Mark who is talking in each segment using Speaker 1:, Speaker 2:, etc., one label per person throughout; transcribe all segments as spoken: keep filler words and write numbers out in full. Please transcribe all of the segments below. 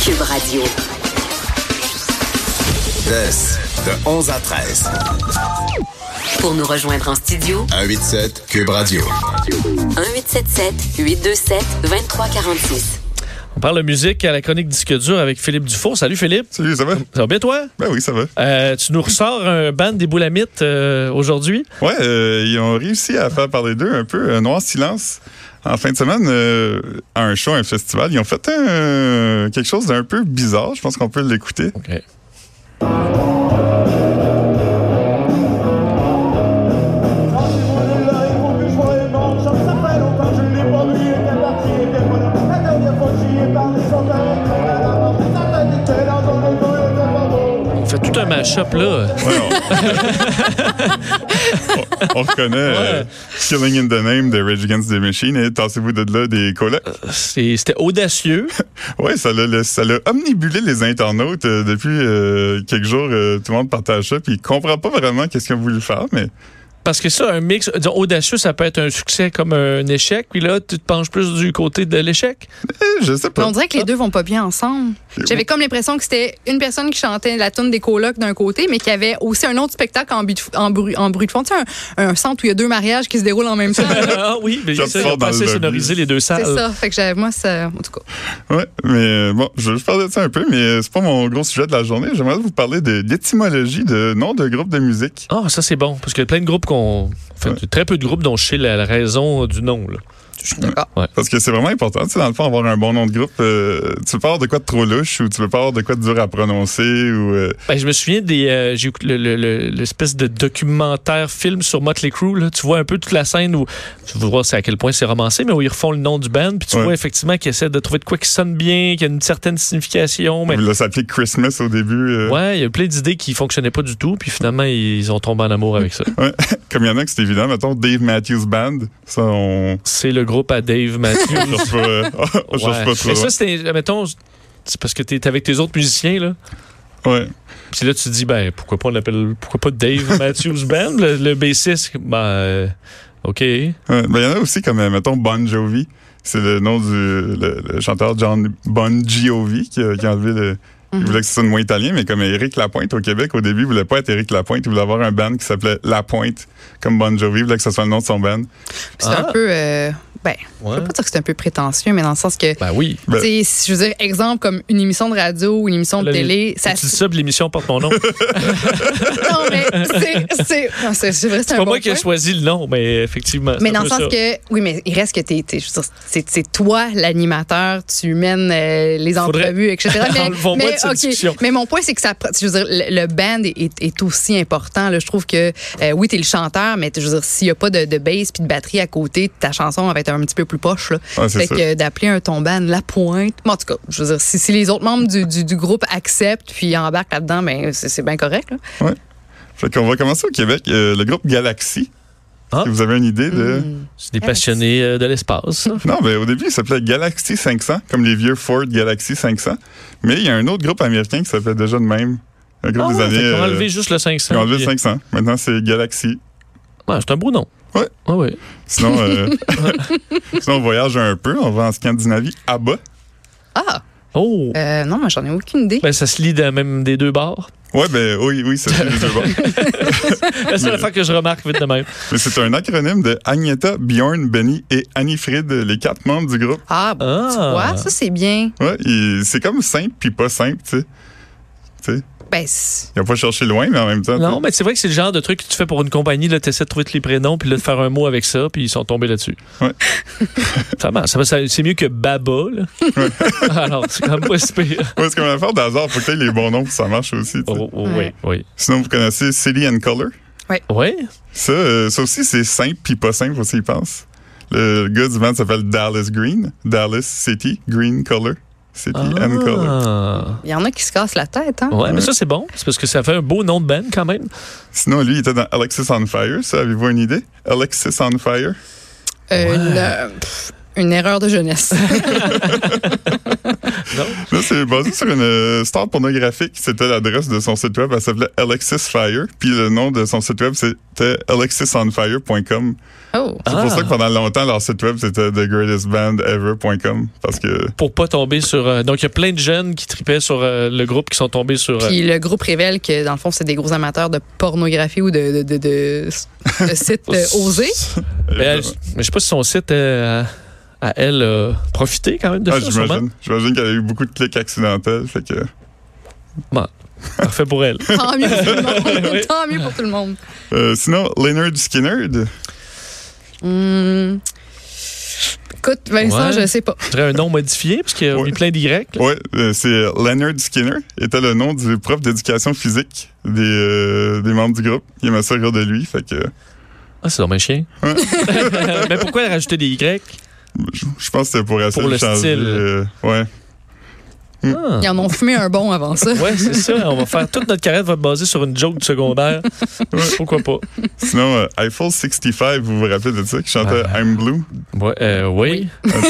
Speaker 1: Cube Radio.
Speaker 2: Tess, de onze à treize.
Speaker 1: Pour nous rejoindre en studio,
Speaker 2: un huit sept Cube Radio.
Speaker 1: un huit sept sept huit deux sept deux trois quatre six.
Speaker 3: On parle de musique à la chronique Disque dur avec Philippe Dufault. Salut Philippe.
Speaker 4: Salut, ça va?
Speaker 3: Ça va bien toi?
Speaker 4: Ben oui, ça va.
Speaker 3: Euh, tu nous ressors un band des Boulamites euh, aujourd'hui?
Speaker 4: Ouais, euh, ils ont réussi à faire parler d'eux un peu, un noir silence. En fin de semaine, euh, à un show, un festival, ils ont fait un, quelque chose d'un peu bizarre. Je pense qu'on peut l'écouter.
Speaker 3: OK. Fait tout un mash-up, là.
Speaker 4: Ouais, on... on, on reconnaît ouais. euh, Killing in the Name de Rage Against the Machine et Tassez-vous de là des colocs.
Speaker 3: Euh, c'était audacieux.
Speaker 4: Oui, ça l'a, ça l'a omnibulé les internautes euh, depuis euh, quelques jours. Euh, tout le monde partage ça, puis ils comprennent pas vraiment qu'est-ce qu'ils ont voulu faire, mais...
Speaker 3: Parce que ça, un mix, disons, audacieux, ça peut être un succès comme un échec, puis là, tu te penches plus du côté de l'échec?
Speaker 4: Je sais pas.
Speaker 5: Mais on dirait que les deux vont pas bien ensemble. J'avais comme l'impression que c'était une personne qui chantait la tune des colocs d'un côté, mais qui avait aussi un autre spectacle en, but, en, bruit, en bruit de fond. Tu sais, un, un centre où il y a deux mariages qui se déroulent en même temps.
Speaker 3: Ah oui, mais ça, ils ont pensé sonoriser les deux salles.
Speaker 5: C'est ça. Fait que j'avais, moi, ça, en tout cas.
Speaker 4: Oui, mais bon, je vais juste parler de ça un peu, mais c'est pas mon gros sujet de la journée. J'aimerais vous parler de l'étymologie de nom de groupe de musique.
Speaker 3: Ah, oh, ça c'est bon, parce qu'il y a plein de groupes qu'on... En fait, ouais. Très peu de groupes dont je sais la, la raison du nom, là.
Speaker 5: Je suis d'accord.
Speaker 4: Ouais. Parce que c'est vraiment important, tu sais, dans le fond, avoir un bon nom de groupe. Euh, tu veux pas avoir de quoi de trop louche ou tu veux pas avoir de quoi de dur à prononcer ou... Euh...
Speaker 3: Ben, je me souviens des... Euh, j'ai écouté le, le, le, l'espèce de documentaire film sur Motley Crue, là. Tu vois un peu toute la scène où... Tu veux voir à quel point c'est romancé, mais où ils refont le nom du band, puis tu ouais. vois effectivement qu'ils essaient de trouver de quoi qui sonne bien, qui a une certaine signification. Mais...
Speaker 4: Là, ça s'appelait Christmas au début. Euh...
Speaker 3: Ouais, il y a plein d'idées qui fonctionnaient pas du tout, puis finalement, ils ont tombé en amour avec ça.
Speaker 4: Ouais. Comme il y en a que c'est évident, mettons Dave Matthews Band, ça, on...
Speaker 3: C'est le groupe à Dave Matthews.
Speaker 4: on cherche pas, on cherche
Speaker 3: ouais.
Speaker 4: pas trop.
Speaker 3: Mais ça, c'était, mettons, c'est parce que t'es avec tes autres musiciens, là.
Speaker 4: Ouais.
Speaker 3: Puis là, tu te dis, ben, pourquoi pas on appelle, pourquoi pas Dave Matthews Band, le, le bassiste? Ben, euh, OK.
Speaker 4: Ouais. Ben, il y en a aussi comme, mettons, Bon Jovi. C'est le nom du le, le chanteur John Bon Jovi qui a, qui a enlevé le... Il voulait que ce sonne moins italien, mais comme Éric Lapointe au Québec, au début, il voulait pas être Éric Lapointe, il voulait avoir un band qui s'appelait Lapointe, comme Bon Jovi, il voulait que ce soit le nom de son band.
Speaker 5: C'est ah. un peu... Euh, ben, ouais. Je veux pas dire que c'est un peu prétentieux, mais dans le sens que...
Speaker 3: Ben oui.
Speaker 5: Tu sais, je veux dire, exemple, comme une émission de radio ou une émission de
Speaker 3: là,
Speaker 5: télé...
Speaker 3: Ça, tu dis ça, l'émission porte mon nom.
Speaker 5: Non, mais c'est... C'est, non, c'est, c'est vrai, c'est,
Speaker 3: c'est
Speaker 5: un
Speaker 3: pas
Speaker 5: bon
Speaker 3: moi qui ai choisi le nom, mais effectivement.
Speaker 5: Mais dans le sens
Speaker 3: ça.
Speaker 5: que... Oui, mais il reste que t'es... t'es je veux dire, c'est, c'est toi, l'animateur, tu mènes euh, les entrevues,
Speaker 3: Faudrait...
Speaker 5: et cetera. Mais,
Speaker 3: mais, de okay,
Speaker 5: mais mon point, c'est que ça... Je veux dire, le, le band est, est, est aussi important. Là. Je trouve que, euh, oui, t'es le chanteur, mais je veux dire, s'il n'y a pas de, de bass puis de batterie à côté, ta chanson va être un petit peu plus poche. Là.
Speaker 4: Ah,
Speaker 5: fait
Speaker 4: ça.
Speaker 5: que d'appeler un ton band La Pointe... Bon, en tout cas, je veux dire, si, si les autres membres du, du, du groupe acceptent puis embarquent là-dedans, ben, c'est, c'est bien correct. Là.
Speaker 4: Ouais. Fait qu'on va commencer au Québec. Euh, le groupe Galaxy. Ah. Vous avez une idée de...
Speaker 5: Mmh.
Speaker 3: C'est des passionnés euh, de l'espace.
Speaker 4: Non, ben au début, il s'appelait Galaxy cinq cents, comme les vieux Ford Galaxy cinq cents. Mais il y a un autre groupe américain qui s'appelait déjà de même. Un groupe
Speaker 3: ah,
Speaker 4: des
Speaker 3: ouais,
Speaker 4: années...
Speaker 3: Ils ont enlevé euh, juste le cinq cents.
Speaker 4: Ils ont enlevé le cinq cents. Maintenant, c'est Galaxy.
Speaker 3: Ouais, c'est un beau nom.
Speaker 4: Ouais.
Speaker 3: Ah ouais.
Speaker 4: Sinon, euh, sinon, on voyage un peu. On va en Scandinavie, à bas.
Speaker 5: Ah!
Speaker 3: Oh!
Speaker 5: Euh, non, moi, j'en ai aucune idée.
Speaker 3: Ben, ça se lit de même des deux bords.
Speaker 4: Ouais, ben oui, oui, ça se lit des deux bords.
Speaker 3: C'est la seule affaire que je remarque vite de même.
Speaker 4: Mais c'est un acronyme de Agneta, Bjorn, Benny et Annifrid, les quatre membres du groupe.
Speaker 5: Ah, bon, ah. Tu vois, ça, c'est bien.
Speaker 4: Ouais, et c'est comme simple puis pas simple, tu sais. Tu sais.
Speaker 5: Ben,
Speaker 4: il n'a pas cherché loin, mais en même temps...
Speaker 3: Non, t'sais. Mais c'est vrai que c'est le genre de truc que tu fais pour une compagnie, tu essaies de trouver tous les prénoms, puis de faire un mot avec ça, puis ils sont tombés là-dessus.
Speaker 4: Ouais.
Speaker 3: ça marche. Ça, ça, c'est mieux que Baba, là. Ouais. Alors, c'est quand même pas si pire.
Speaker 4: Ouais, c'est comme une affaire d'hasard. Faut que tu aies les bons noms pour que ça marche aussi.
Speaker 3: Oh, oh, ouais. Oui, oui.
Speaker 4: Sinon, vous connaissez City and Color?
Speaker 5: Oui.
Speaker 3: Oui.
Speaker 4: Ça, euh, ça aussi, c'est simple puis pas simple aussi, il pense. Le gars du band s'appelle Dallas Green. Dallas City Green Color. City
Speaker 3: ah.
Speaker 4: and Color.
Speaker 5: Il y en a qui se cassent la tête, hein?
Speaker 3: Ouais, ouais, mais ça, c'est bon. C'est parce que ça fait un beau nom de band, quand même.
Speaker 4: Sinon, lui, il était dans Alexis on Fire. Ça, avez-vous une idée? Alexis on Fire?
Speaker 5: Euh,
Speaker 3: ouais.
Speaker 5: le... Une erreur de jeunesse.
Speaker 3: Non?
Speaker 4: Là, c'est basé sur une euh, star pornographique. C'était l'adresse de son site web. Elle s'appelait Alexis Fire. Puis le nom de son site web, c'était alexis on fire point com.
Speaker 5: Oh.
Speaker 4: C'est
Speaker 3: Ah.
Speaker 4: pour ça que pendant longtemps, leur site web, c'était the greatest band ever point com. Parce que...
Speaker 3: Pour pas tomber sur... euh, donc, il y a plein de jeunes qui tripaient sur euh, le groupe qui sont tombés sur... euh,
Speaker 5: Puis le groupe révèle que, dans le fond, c'est des gros amateurs de pornographie ou de, de, de, de, de sites euh, osés.
Speaker 3: mais, elle- mais je sais pas si son site... euh, à elle a profité quand même de
Speaker 4: Ah,
Speaker 3: ça, sûrement.
Speaker 4: j'imagine. J'imagine qu'elle a eu beaucoup de clics accidentels. Fait que...
Speaker 3: Bon, parfait pour elle.
Speaker 5: Tant mieux pour tout le monde.
Speaker 3: Oui.
Speaker 5: Tant mieux pour tout le monde.
Speaker 4: Euh, sinon, Leonard Skinner.
Speaker 5: Hum. Écoute, Vincent,
Speaker 3: Ouais.
Speaker 5: je sais pas.
Speaker 3: Je dirais un nom modifié, parce qu'il y a
Speaker 4: Ouais.
Speaker 3: mis plein d'Y. là.
Speaker 4: Ouais, euh, c'est Leonard Skinner. Était le nom du prof d'éducation physique des, euh, des membres du groupe. Il aimait ça rire de lui. Fait que...
Speaker 3: Ah, c'est donc un chien. Mais pourquoi rajouter des Y?
Speaker 4: Je, je pense que c'était pour essayer
Speaker 3: Pour
Speaker 4: de
Speaker 3: le
Speaker 4: changer.
Speaker 3: style.
Speaker 4: euh, ouais.
Speaker 3: Ah.
Speaker 5: Ils en ont fumé un bon avant ça.
Speaker 3: Ouais, c'est ça. On va faire toute notre carrière va être basée sur une joke du secondaire. Pourquoi pas?
Speaker 4: Sinon, euh, Eiffel soixante-quinze, vous vous rappelez de ça, qui chantait
Speaker 3: Ouais.
Speaker 4: I'm Blue?
Speaker 3: Ouais, euh, oui.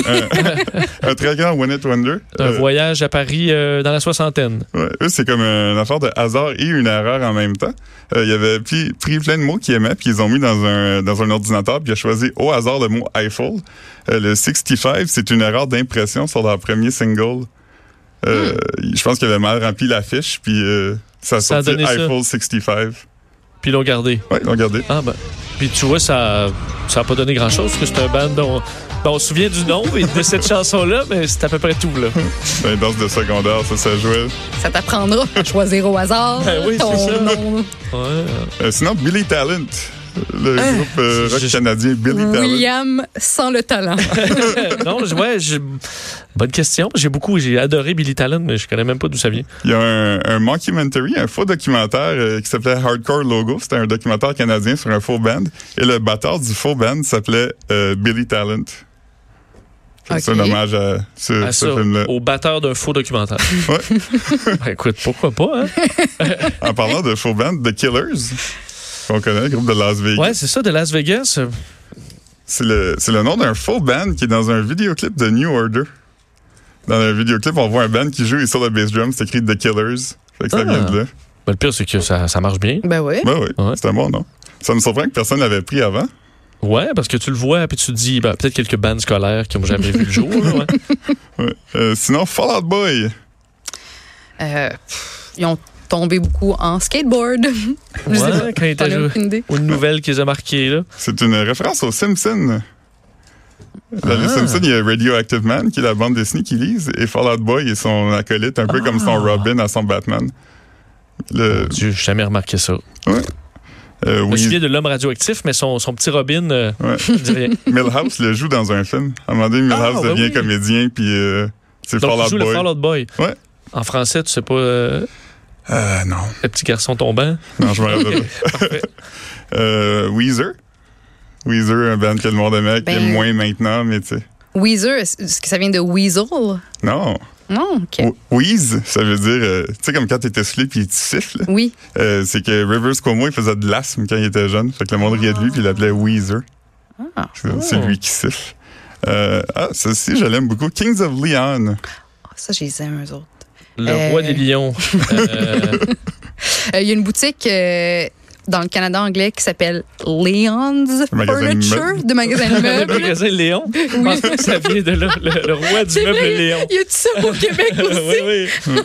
Speaker 4: un, un très grand One It Wonder.
Speaker 3: Un
Speaker 4: Euh,
Speaker 3: voyage à Paris euh, dans la soixantaine.
Speaker 4: ouais, eux, c'est comme une affaire de hasard et une erreur en même temps. Euh, il avait pris, pris plein de mots qu'ils aimaient, puis ils ont mis dans un, dans un ordinateur, puis il a choisi au hasard le mot Eiffel. Euh, le soixante-quinze, c'est une erreur d'impression sur leur premier single. Euh, Je pense qu'il avait mal rempli la fiche, puis euh, ça a
Speaker 3: Ça a
Speaker 4: sorti
Speaker 3: donné ça.
Speaker 4: Eiffel soixante-quinze.
Speaker 3: Puis ils l'ont gardé.
Speaker 4: Ouais, regardez.
Speaker 3: Ah, ben. Puis tu vois, ça ça a pas donné grand-chose, parce que c'est un band dont, dont on se souvient du nom et de cette chanson-là, mais c'est à peu près tout, là.
Speaker 4: Dans les danses de secondaire, ça, ça jouait.
Speaker 5: Ça t'apprendra à choisir au hasard
Speaker 3: Ben oui,
Speaker 5: ton
Speaker 3: c'est ça.
Speaker 5: nom.
Speaker 3: Ouais.
Speaker 4: Euh, sinon, Billy Talent. Le
Speaker 3: Hein?
Speaker 4: groupe euh, rock
Speaker 3: Je-
Speaker 4: canadien Billy Talent.
Speaker 5: William sans le talent.
Speaker 3: non, je- ouais, j'ai- bonne question. J'ai beaucoup, j'ai adoré Billy Talent, mais je connais même pas d'où ça vient.
Speaker 4: Il y a un, un mockumentary, un faux documentaire euh, qui s'appelait Hardcore Logo. C'était un documentaire canadien sur un faux band. Et le batteur du faux band s'appelait euh, Billy Talent. Fait que C'est
Speaker 5: Ok.
Speaker 4: un hommage à ce,
Speaker 3: À
Speaker 4: ce
Speaker 3: ça,
Speaker 4: film-là.
Speaker 3: au batteur d'un faux documentaire.
Speaker 4: Ouais.
Speaker 3: Ben, écoute, pourquoi pas, hein?
Speaker 4: En parlant de faux band, The Killers, qu'on connaît, le groupe de Las Vegas.
Speaker 3: Ouais, c'est ça, de Las Vegas.
Speaker 4: C'est le, c'est le nom d'un faux band qui est dans un vidéoclip de New Order. Dans le vidéoclip, on voit un band qui joue et sur le bass drum, c'est écrit The Killers. Fait que ça
Speaker 3: Ah.
Speaker 4: vient de là.
Speaker 3: Ben, le pire, c'est que ça, ça marche bien.
Speaker 5: Ben oui.
Speaker 4: Ben oui,
Speaker 3: Ouais.
Speaker 4: c'était bon, non? Ça me surprend que personne l'avait pris avant.
Speaker 3: Ouais, parce que tu le vois, puis tu te dis, ben, peut-être quelques bandes scolaires qui n'ont jamais vu le jour. Là, ouais.
Speaker 4: Ouais. Euh, sinon, Fall Out Boy.
Speaker 5: Euh, pff, ils ont tombé beaucoup en skateboard. Je sais
Speaker 3: Ouais,
Speaker 5: pas.
Speaker 3: quand il était
Speaker 5: T'en as
Speaker 3: joué.
Speaker 5: aucune idée?
Speaker 3: Ou une nouvelle qu'ils ont marquée, là.
Speaker 4: C'est une référence aux Simpsons. Dans les
Speaker 3: Ah.
Speaker 4: Simpsons, il y a Radioactive Man, qui est la bande dessinée qu'ils lisent, et Fall Out Boy est son acolyte, un peu
Speaker 3: Ah.
Speaker 4: comme son Robin à son Batman. Le,
Speaker 3: Mon Dieu, j'ai jamais remarqué ça.
Speaker 4: euh,
Speaker 3: Je me
Speaker 4: oui,
Speaker 3: souviens de l'homme radioactif, mais son, son petit Robin, euh,
Speaker 4: ouais.
Speaker 3: je dis rien.
Speaker 4: Milhouse le joue dans un film. À un moment donné, Milhouse
Speaker 3: Ah, ben
Speaker 4: devient
Speaker 3: oui.
Speaker 4: comédien, puis euh, c'est
Speaker 3: Donc,
Speaker 4: Fall
Speaker 3: il
Speaker 4: Out
Speaker 3: joue le
Speaker 4: Boy.
Speaker 3: Fall Out Boy.
Speaker 4: Ouais.
Speaker 3: En français, tu sais pas, euh,
Speaker 4: Euh, non.
Speaker 3: le petit garçon tombant.
Speaker 4: Non, je me rappelle pas. euh, Weezer. Weezer, un band que le monde aimait, qui
Speaker 5: Ben-
Speaker 4: aime moins maintenant, mais tu sais.
Speaker 5: Weezer, est-ce que ça vient de Weasel?
Speaker 4: Non.
Speaker 5: Non, OK.
Speaker 4: We- Wheeze, ça veut dire, euh, tu sais, comme quand t'es essoufflé puis tu siffles.
Speaker 5: Oui.
Speaker 4: Euh, c'est que Rivers Cuomo, il faisait de l'asthme quand il était jeune. Fait que le monde riait de lui, puis il l'appelait Weezer.
Speaker 5: Ah.
Speaker 4: C'est c'est lui qui siffle. Euh, ah, ceci, je l'aime beaucoup. Kings of Leon.
Speaker 5: Ah, ça, je les aime, eux autres.
Speaker 3: Le
Speaker 5: Euh.
Speaker 3: roi des lions. Euh,
Speaker 5: Euh, Il y a une boutique euh, dans le Canada anglais qui s'appelle Leon's
Speaker 4: Un magasin de
Speaker 5: Furniture,
Speaker 4: meubles.
Speaker 5: de magasin de
Speaker 3: le
Speaker 5: meubles.
Speaker 3: magasin Léon. Je pense pas que ça vient de là. Le, le roi du
Speaker 5: C'est
Speaker 3: meuble
Speaker 5: vrai,
Speaker 3: Léon.
Speaker 5: Il y a tout ça au Québec aussi.
Speaker 3: oui, oui.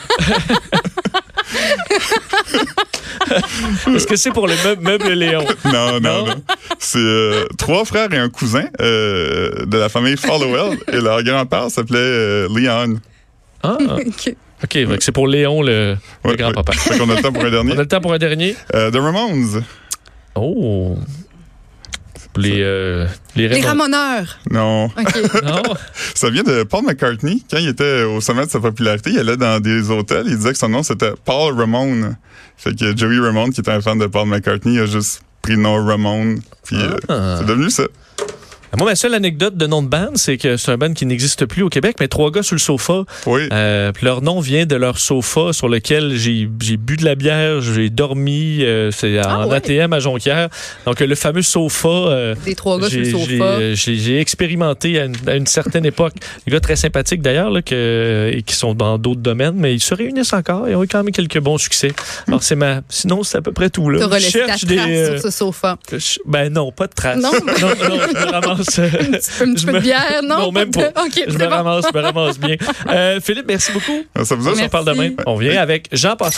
Speaker 3: Est-ce que c'est pour le meuble, meuble Léon?
Speaker 4: Non, non,
Speaker 3: Non?
Speaker 4: non. C'est euh, trois frères et un cousin euh, de la famille Fallowell. Et leur grand-père s'appelait euh, Leon.
Speaker 3: Ah,
Speaker 5: OK.
Speaker 3: OK. fait que c'est pour Léon, le, le
Speaker 4: Ouais,
Speaker 3: grand-papa.
Speaker 4: ouais. Fait qu'on a le temps pour un dernier.
Speaker 3: On a le temps pour un dernier?
Speaker 4: Euh, The Ramones.
Speaker 3: Oh! Les, euh, les,
Speaker 5: Les
Speaker 3: Ramones.
Speaker 5: ramoneurs.
Speaker 4: Non.
Speaker 5: OK.
Speaker 3: Non?
Speaker 4: Ça vient de Paul McCartney. Quand il était au sommet de sa popularité, il allait dans des hôtels. Il disait que son nom, c'était Paul Ramone. Fait que Joey Ramone, qui était un fan de Paul McCartney, a juste pris le nom Ramone. Puis euh,
Speaker 3: Ah.
Speaker 4: c'est devenu ça.
Speaker 3: Moi, ma seule anecdote de nom de band, c'est que c'est un band qui n'existe plus au Québec, mais trois gars sur le sofa.
Speaker 4: Oui.
Speaker 3: Euh, puis leur nom vient de leur sofa sur lequel j'ai, j'ai bu de la bière, j'ai dormi. Euh, c'est
Speaker 5: Ah,
Speaker 3: en
Speaker 5: ouais.
Speaker 3: A T M à Jonquière. Donc, le fameux sofa. Euh,
Speaker 5: Des trois gars sur
Speaker 3: j'ai,
Speaker 5: le sofa.
Speaker 3: j'ai, euh, j'ai, j'ai expérimenté à une, à une certaine époque. Des gars très sympathiques d'ailleurs, là, que, et qui sont dans d'autres domaines, mais ils se réunissent encore et ont eu quand même quelques bons succès. Alors, c'est ma. Sinon, c'est à peu près tout. Là.
Speaker 5: Tu auras laissé ta
Speaker 3: cherche
Speaker 5: trace
Speaker 3: des, euh,
Speaker 5: sur ce sofa.
Speaker 3: je- Ben non, pas de traces.
Speaker 5: Non?
Speaker 3: non, non, je me ramasse. euh,
Speaker 5: Un petit peu, un petit
Speaker 3: je
Speaker 5: peu
Speaker 3: me-
Speaker 5: de bière, non?
Speaker 3: Non, même
Speaker 5: de-
Speaker 3: pas.
Speaker 5: OK,
Speaker 3: Je
Speaker 5: c'est
Speaker 3: me
Speaker 5: bon.
Speaker 3: ramasse, je me ramasse bien. Euh, Philippe, merci beaucoup.
Speaker 4: Ça vous a?
Speaker 3: On s'en
Speaker 5: Merci.
Speaker 3: parle demain. On vient avec Jean Pascal.